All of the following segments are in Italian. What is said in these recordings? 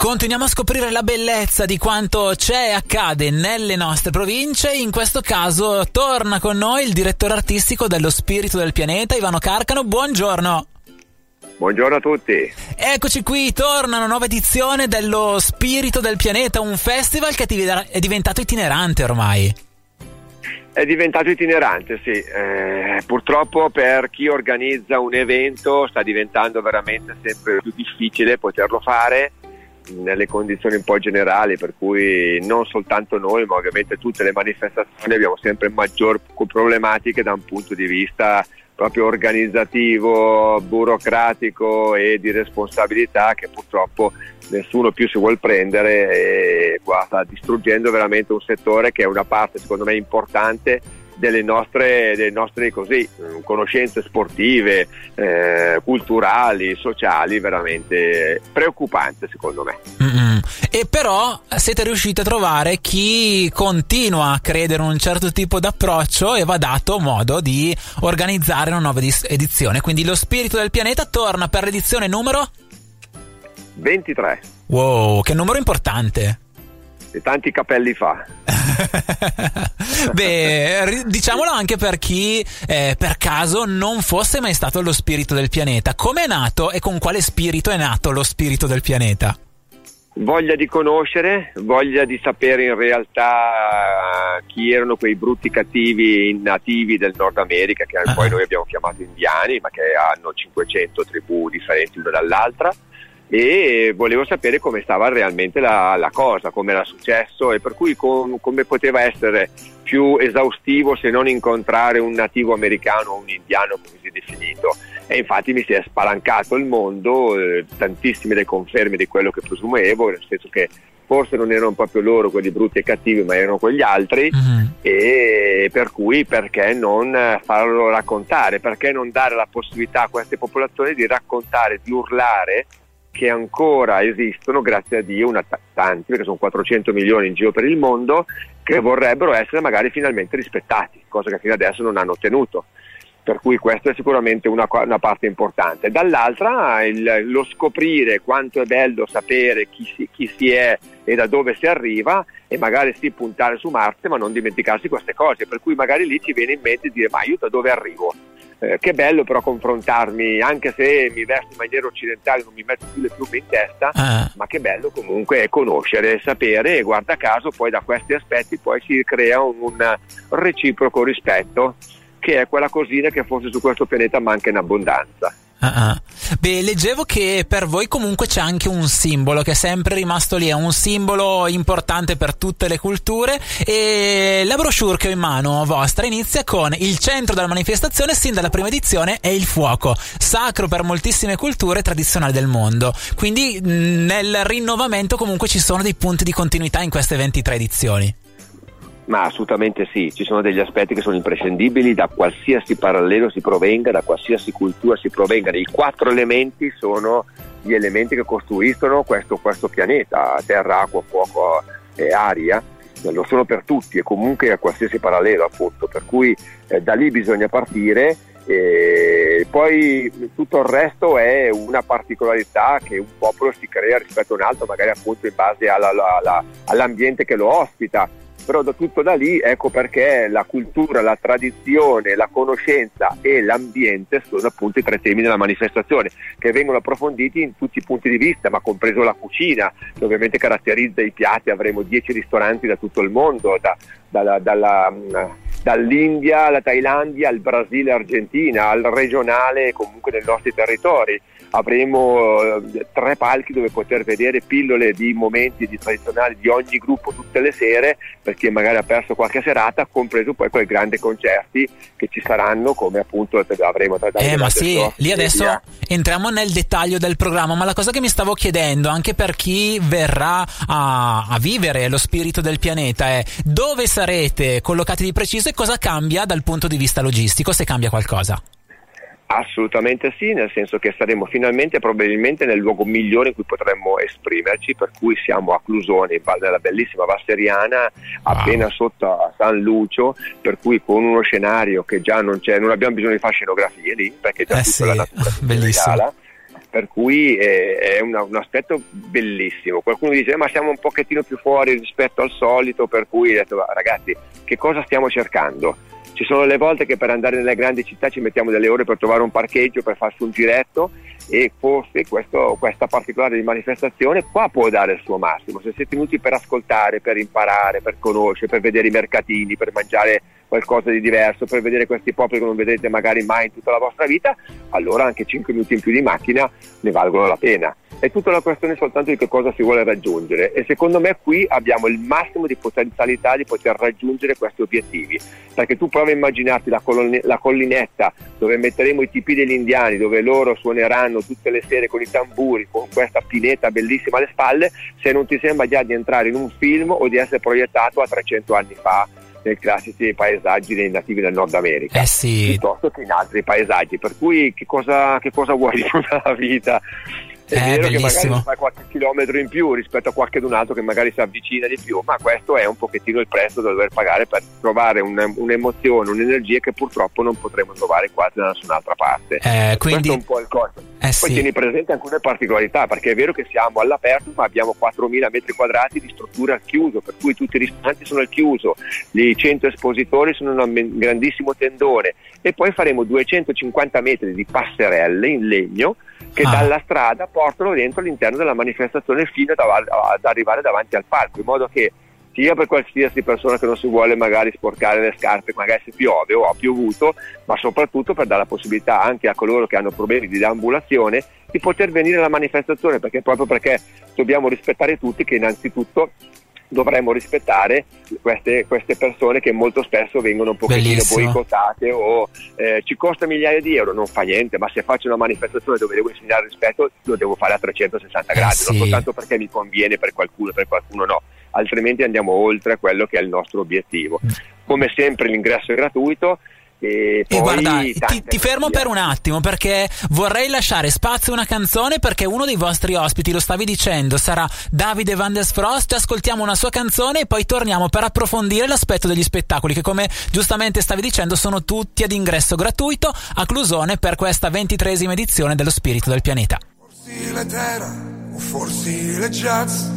Continuiamo a scoprire la bellezza di quanto c'è e accade nelle nostre province. In questo caso torna con noi il direttore artistico dello Spirito del Pianeta, Ivano Carcano. Buongiorno. Buongiorno a tutti. Eccoci qui, torna una nuova edizione dello Spirito del Pianeta, un festival che è diventato itinerante ormai. È diventato itinerante, sì. Purtroppo per chi organizza un evento sta diventando veramente sempre più difficile poterlo fare nelle condizioni un po' generali, per cui non soltanto noi, ma ovviamente tutte le manifestazioni abbiamo sempre maggior problematiche da un punto di vista proprio organizzativo, burocratico e di responsabilità, che purtroppo nessuno più si vuol prendere, e qua sta distruggendo veramente un settore che è una parte secondo me importante delle nostre così conoscenze sportive, culturali, sociali, veramente preoccupante secondo me. E però siete riusciti a trovare chi continua a credere in un certo tipo d'approccio e va dato modo di organizzare una nuova edizione. Quindi lo Spirito del Pianeta torna per l'edizione numero 23. Wow, che numero importante. E tanti capelli fa. Beh, diciamolo anche per chi per caso non fosse mai stato allo Spirito del Pianeta. Come è nato e con quale spirito è nato lo Spirito del Pianeta? Voglia di conoscere, voglia di sapere in realtà chi erano quei brutti cattivi nativi del Nord America, che poi noi abbiamo chiamato indiani, ma che hanno 500 tribù differenti l'una dall'altra, e volevo sapere come stava realmente la cosa, come era successo, e per cui come poteva essere più esaustivo se non incontrare un nativo americano o un indiano così definito. E infatti mi si è spalancato il mondo, tantissime le conferme di quello che presumevo, nel senso che forse non erano proprio loro quelli brutti e cattivi, ma erano quegli altri, e per cui perché non farlo raccontare, perché non dare la possibilità a queste popolazioni di raccontare, di urlare, che ancora esistono, grazie a Dio, tanti, perché sono 400 milioni in giro per il mondo, che vorrebbero essere magari finalmente rispettati, cosa che fino adesso non hanno ottenuto. Per cui questa è sicuramente una parte importante. Dall'altra lo scoprire quanto è bello sapere chi si è e da dove si arriva, e magari sì puntare su Marte, ma non dimenticarsi queste cose, per cui magari lì ci viene in mente di dire: ma io da dove arrivo? Che bello però confrontarmi, anche se mi vesto in maniera occidentale, non mi metto più le piume in testa, ma che bello comunque conoscere, sapere, e guarda caso poi da questi aspetti poi si crea un reciproco rispetto, che è quella cosina che forse su questo pianeta manca in abbondanza. Beh, leggevo che per voi comunque c'è anche un simbolo che è sempre rimasto lì, è un simbolo importante per tutte le culture, e la brochure che ho in mano vostra inizia con: il centro della manifestazione sin dalla prima edizione è il fuoco, sacro per moltissime culture tradizionali del mondo. Quindi nel rinnovamento comunque ci sono dei punti di continuità in queste 23 edizioni. Ma assolutamente sì, ci sono degli aspetti che sono imprescindibili da qualsiasi parallelo si provenga, da qualsiasi cultura si provenga. I 4 elementi sono gli elementi che costruiscono questo pianeta: terra, acqua, fuoco e aria. Lo sono per tutti e comunque a qualsiasi parallelo, appunto, per cui da lì bisogna partire. E poi tutto il resto è una particolarità che un popolo si crea rispetto a un altro, magari appunto in base all'ambiente che lo ospita. Però tutto da lì, ecco perché la cultura, la tradizione, la conoscenza e l'ambiente sono appunto i 3 temi della manifestazione, che vengono approfonditi in tutti i punti di vista, ma compreso la cucina, che ovviamente caratterizza i piatti. Avremo 10 ristoranti da tutto il mondo, dall'India alla Thailandia, al Brasile, Argentina, al regionale comunque nei nostri territori. Avremo 3 palchi dove poter vedere pillole di momenti tradizionali di ogni gruppo tutte le sere, per chi magari ha perso qualche serata, compreso poi quei grandi concerti che ci saranno, come appunto avremo tra ma sì, lì adesso entriamo nel dettaglio del programma, ma la cosa che mi stavo chiedendo anche per chi verrà a vivere lo Spirito del Pianeta è: dove sarete collocati di preciso e cosa cambia dal punto di vista logistico, se cambia qualcosa? Assolutamente sì, nel senso che saremo finalmente probabilmente nel luogo migliore in cui potremmo esprimerci, per cui siamo a Clusone, nella bellissima Val Seriana, appena sotto a San Lucio, per cui con uno scenario che già non c'è, non abbiamo bisogno di fare scenografie lì, perché già tutta la natura si regala, per cui è un aspetto bellissimo. Qualcuno dice ma siamo un pochettino più fuori rispetto al solito, per cui ho detto ragazzi, che cosa stiamo cercando? Ci sono le volte che per andare nelle grandi città ci mettiamo delle ore per trovare un parcheggio, per farsi un giretto, e forse questa particolare manifestazione qua può dare il suo massimo. Se siete venuti per ascoltare, per imparare, per conoscere, per vedere i mercatini, per mangiare qualcosa di diverso, per vedere questi popoli che non vedrete magari mai in tutta la vostra vita, allora anche 5 minuti in più di macchina ne valgono la pena. È tutta la questione soltanto di che cosa si vuole raggiungere, e secondo me qui abbiamo il massimo di potenzialità di poter raggiungere questi obiettivi, perché tu prova a immaginarti la collinetta dove metteremo i tipi degli indiani, dove loro suoneranno tutte le sere con i tamburi, con questa pineta bellissima alle spalle, se non ti sembra già di entrare in un film o di essere proiettato a 300 anni fa nei classici paesaggi dei nativi del Nord America, piuttosto che in altri paesaggi. Per cui che cosa vuoi di tutta la vita? È vero bellissimo. Che magari fai qualche chilometro in più rispetto a qualcun altro che magari si avvicina di più, ma questo è un pochettino il prezzo da dover pagare per trovare un'emozione, un'energia che purtroppo non potremo trovare quasi da nessun'altra parte. Quindi... Questo è un po' il costo. Poi tieni presente alcune particolarità, perché è vero che siamo all'aperto, ma abbiamo 4.000 metri quadrati di struttura al chiuso, per cui tutti i ristoranti sono al chiuso, i 100 espositori sono in un grandissimo tendone, e poi faremo 250 metri di passerelle in legno che dalla strada portano dentro all'interno della manifestazione fino ad arrivare davanti al palco, in modo che sia per qualsiasi persona che non si vuole magari sporcare le scarpe magari se piove o ha piovuto, ma soprattutto per dare la possibilità anche a coloro che hanno problemi di deambulazione di poter venire alla manifestazione, proprio perché dobbiamo rispettare tutti, che innanzitutto dovremmo rispettare queste persone che molto spesso vengono un pochettino boicottate o ci costa migliaia di euro, non fa niente, ma se faccio una manifestazione dove devo insegnare rispetto lo devo fare a 360 gradi, non soltanto perché mi conviene per qualcuno no, altrimenti andiamo oltre quello che è il nostro obiettivo. Come sempre l'ingresso è gratuito. E guarda, ti fermo per un attimo, perché vorrei lasciare spazio a una canzone, perché uno dei vostri ospiti, lo stavi dicendo, sarà Davide Van der Frost. Ascoltiamo una sua canzone e poi torniamo per approfondire l'aspetto degli spettacoli che, come giustamente stavi dicendo, sono tutti ad ingresso gratuito a Clusone per questa 23esima edizione dello Spirito del Pianeta. Forse l'etera o forse le jazz,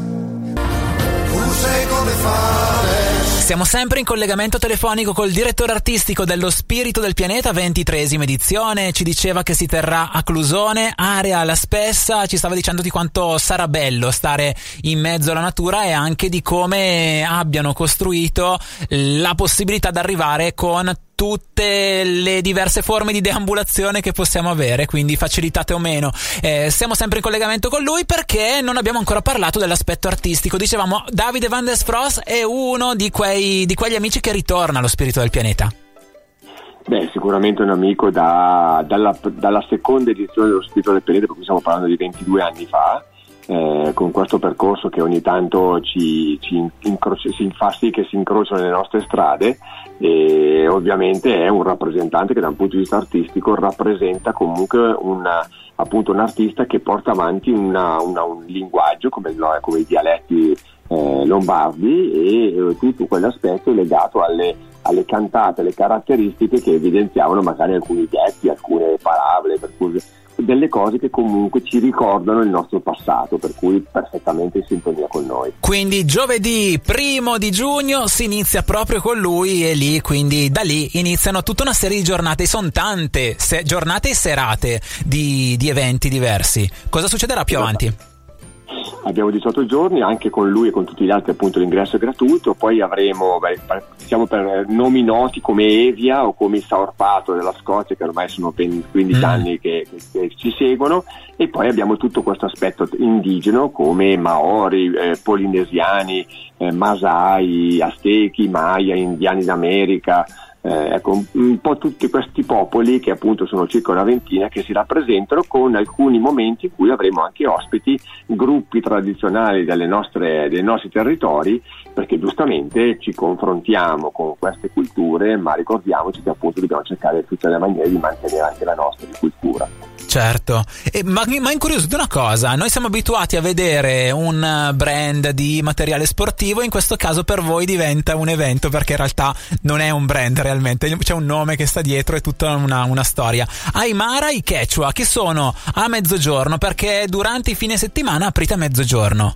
tu sai come fare. Siamo sempre in collegamento telefonico col direttore artistico dello Spirito del Pianeta, 23esima edizione. Ci diceva che si terrà a Clusone, area La Spessa. Ci stava dicendo di quanto sarà bello stare in mezzo alla natura e anche di come abbiano costruito la possibilità di arrivare con tutte le diverse forme di deambulazione che possiamo avere, quindi facilitate o meno. Siamo sempre in collegamento con lui perché non abbiamo ancora parlato dell'aspetto artistico. Dicevamo, Davide Van der Frost è uno di quegli amici che ritorna allo Spirito del Pianeta. Beh, sicuramente un amico dalla seconda edizione dello Spirito del Pianeta, perché stiamo parlando di 22 anni fa, con questo percorso che ogni tanto si fa sì che si incrociano le nostre strade, e ovviamente è un rappresentante che da un punto di vista artistico rappresenta comunque un artista che porta avanti un linguaggio come i dialetti lombardi, e tutto quell'aspetto legato alle cantate, alle caratteristiche che evidenziavano magari alcuni detti, alcune parabole, per cui delle cose che comunque ci ricordano il nostro passato, per cui perfettamente in sintonia con noi. Quindi giovedì 1 di giugno si inizia proprio con lui, e lì, quindi da lì iniziano tutta una serie di giornate. Sono tante giornate e serate di eventi diversi. Cosa succederà più avanti? Abbiamo 18 giorni, anche con lui e con tutti gli altri appunto l'ingresso è gratuito. Poi avremo, siamo per nomi noti come Evia o come il Saorpato della Scozia, che ormai sono ben 15 anni che ci seguono, e poi abbiamo tutto questo aspetto indigeno come Maori, polinesiani, Masai, Aztechi, Maya, indiani d'America. Ecco, un po' tutti questi popoli, che appunto sono circa una ventina, che si rappresentano, con alcuni momenti in cui avremo anche ospiti, gruppi tradizionali dei nostri territori, perché giustamente ci confrontiamo con queste culture, ma ricordiamoci che appunto dobbiamo cercare tutte le maniere di mantenere anche la nostra cultura. Certo, ma incuriosito una cosa, noi siamo abituati a vedere un brand di materiale sportivo, in questo caso per voi diventa un evento, perché in realtà non è un brand realmente, c'è un nome che sta dietro, è tutta una storia. Aymara i Quechua, che sono a mezzogiorno, perché durante i fine settimana aprite a mezzogiorno.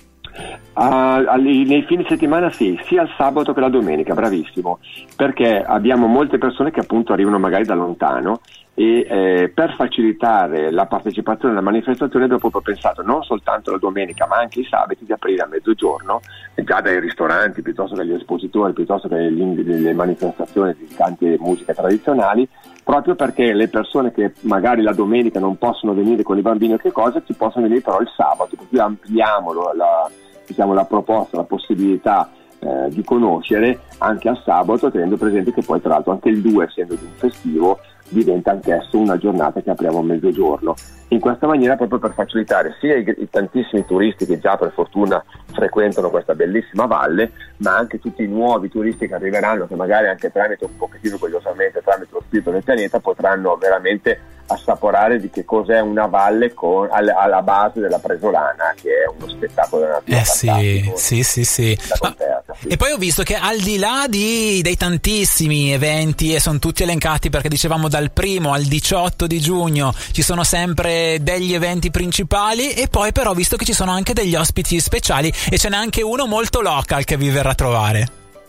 Nei fine settimana sì, sia il sabato che la domenica, bravissimo, perché abbiamo molte persone che appunto arrivano magari da lontano e per facilitare la partecipazione alla manifestazione abbiamo proprio pensato non soltanto la domenica ma anche i sabati di aprire a mezzogiorno, già dai ristoranti piuttosto che dagli espositori, piuttosto che le manifestazioni di tante musiche tradizionali, proprio perché le persone che magari la domenica non possono venire con i bambini o che cosa, ci possono venire però il sabato, così ampliamo la proposta, la possibilità di conoscere anche al sabato, tenendo presente che poi tra l'altro anche il 2, essendo di un festivo, diventa anch'esso una giornata che apriamo a mezzogiorno. In questa maniera, proprio per facilitare sia i tantissimi turisti che già per fortuna frequentano questa bellissima valle, ma anche tutti i nuovi turisti che arriveranno, che magari anche tramite un pochettino curiosamente tramite lo spirito del pianeta potranno veramente assaporare di che cos'è una valle alla base della Presolana, che è uno spettacolo della natura fantastico. Sì. E poi ho visto che al di là dei tantissimi eventi, e sono tutti elencati perché dicevamo dal 1 al 18 di giugno ci sono sempre degli eventi principali, e poi però ho visto che ci sono anche degli ospiti speciali e ce n'è anche uno molto local che vi verrà a trovare.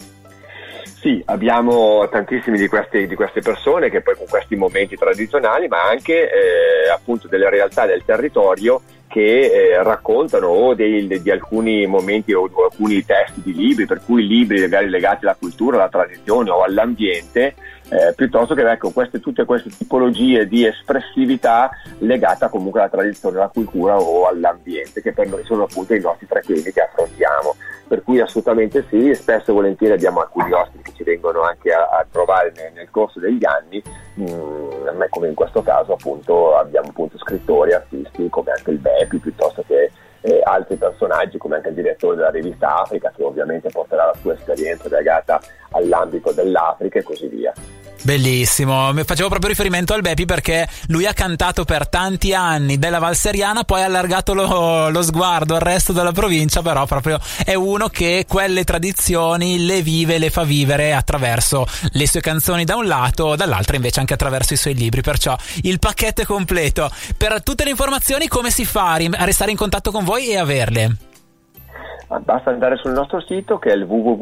Sì, abbiamo tantissimi di queste persone che poi con questi momenti tradizionali, ma anche appunto delle realtà del territorio che raccontano o di alcuni momenti o alcuni testi di libri, per cui libri magari legati alla cultura, alla tradizione o all'ambiente, piuttosto che tutte queste tipologie di espressività legata comunque alla tradizione, alla cultura o all'ambiente, che per noi sono appunto i nostri tre temi che affrontiamo. Per cui assolutamente sì, e spesso e volentieri abbiamo alcuni ospiti che ci vengono anche a trovare nel corso degli anni, come in questo caso appunto abbiamo appunto scrittori, artisti come anche il Bepi, piuttosto che altri personaggi come anche il direttore della rivista Africa, che ovviamente porterà la sua esperienza legata all'ambito dell'Africa e così via. Bellissimo, facevo proprio riferimento al Bepi perché lui ha cantato per tanti anni della Valseriana, poi ha allargato lo sguardo al resto della provincia, però proprio è uno che quelle tradizioni le vive, le fa vivere attraverso le sue canzoni da un lato, dall'altro invece anche attraverso i suoi libri, perciò il pacchetto è completo. Per tutte le informazioni come si fa a restare in contatto con voi e averle? Basta andare sul nostro sito, che è il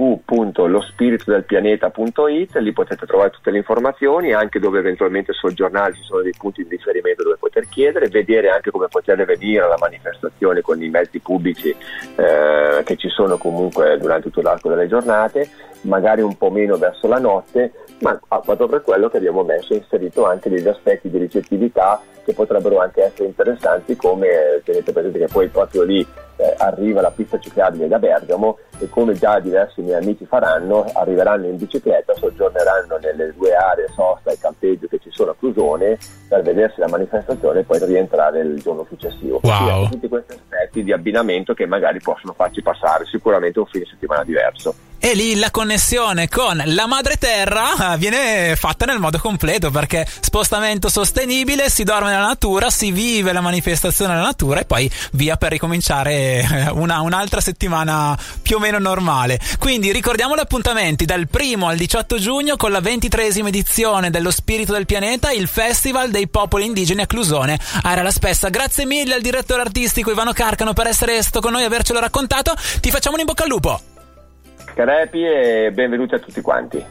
www.lospiritodelpianeta.it, lì potete trovare tutte le informazioni, anche dove eventualmente soggiornare, ci sono dei punti di riferimento dove poter chiedere, vedere anche come poter venire alla manifestazione con i mezzi pubblici che ci sono comunque durante tutto l'arco delle giornate, magari un po' meno verso la notte, ma proprio per quello che abbiamo inserito anche degli aspetti di ricettività che potrebbero anche essere interessanti, come tenete presente che poi proprio lì arriva la pista ciclabile da Bergamo, e come già diversi miei amici faranno, arriveranno in bicicletta, soggiorneranno nelle due aree sosta e campeggio che ci sono a Clusone per vedersi la manifestazione e poi rientrare il giorno successivo. Wow. Tutti questi aspetti di abbinamento che magari possono farci passare sicuramente un fine settimana diverso. E lì la connessione con la madre terra viene fatta nel modo completo, perché spostamento sostenibile, si dorme nella natura, si vive la manifestazione nella natura e poi via per ricominciare un'altra settimana più o meno normale. Quindi ricordiamo gli appuntamenti dal 1 al 18 giugno con la 23esima edizione dello Spirito del Pianeta, il Festival dei Popoli Indigeni a Clusone, Area La Spessa. Grazie mille al direttore artistico Ivano Carcano per essere stato con noi e avercelo raccontato. Ti facciamo un in bocca al lupo. Carepi, e benvenuti a tutti quanti.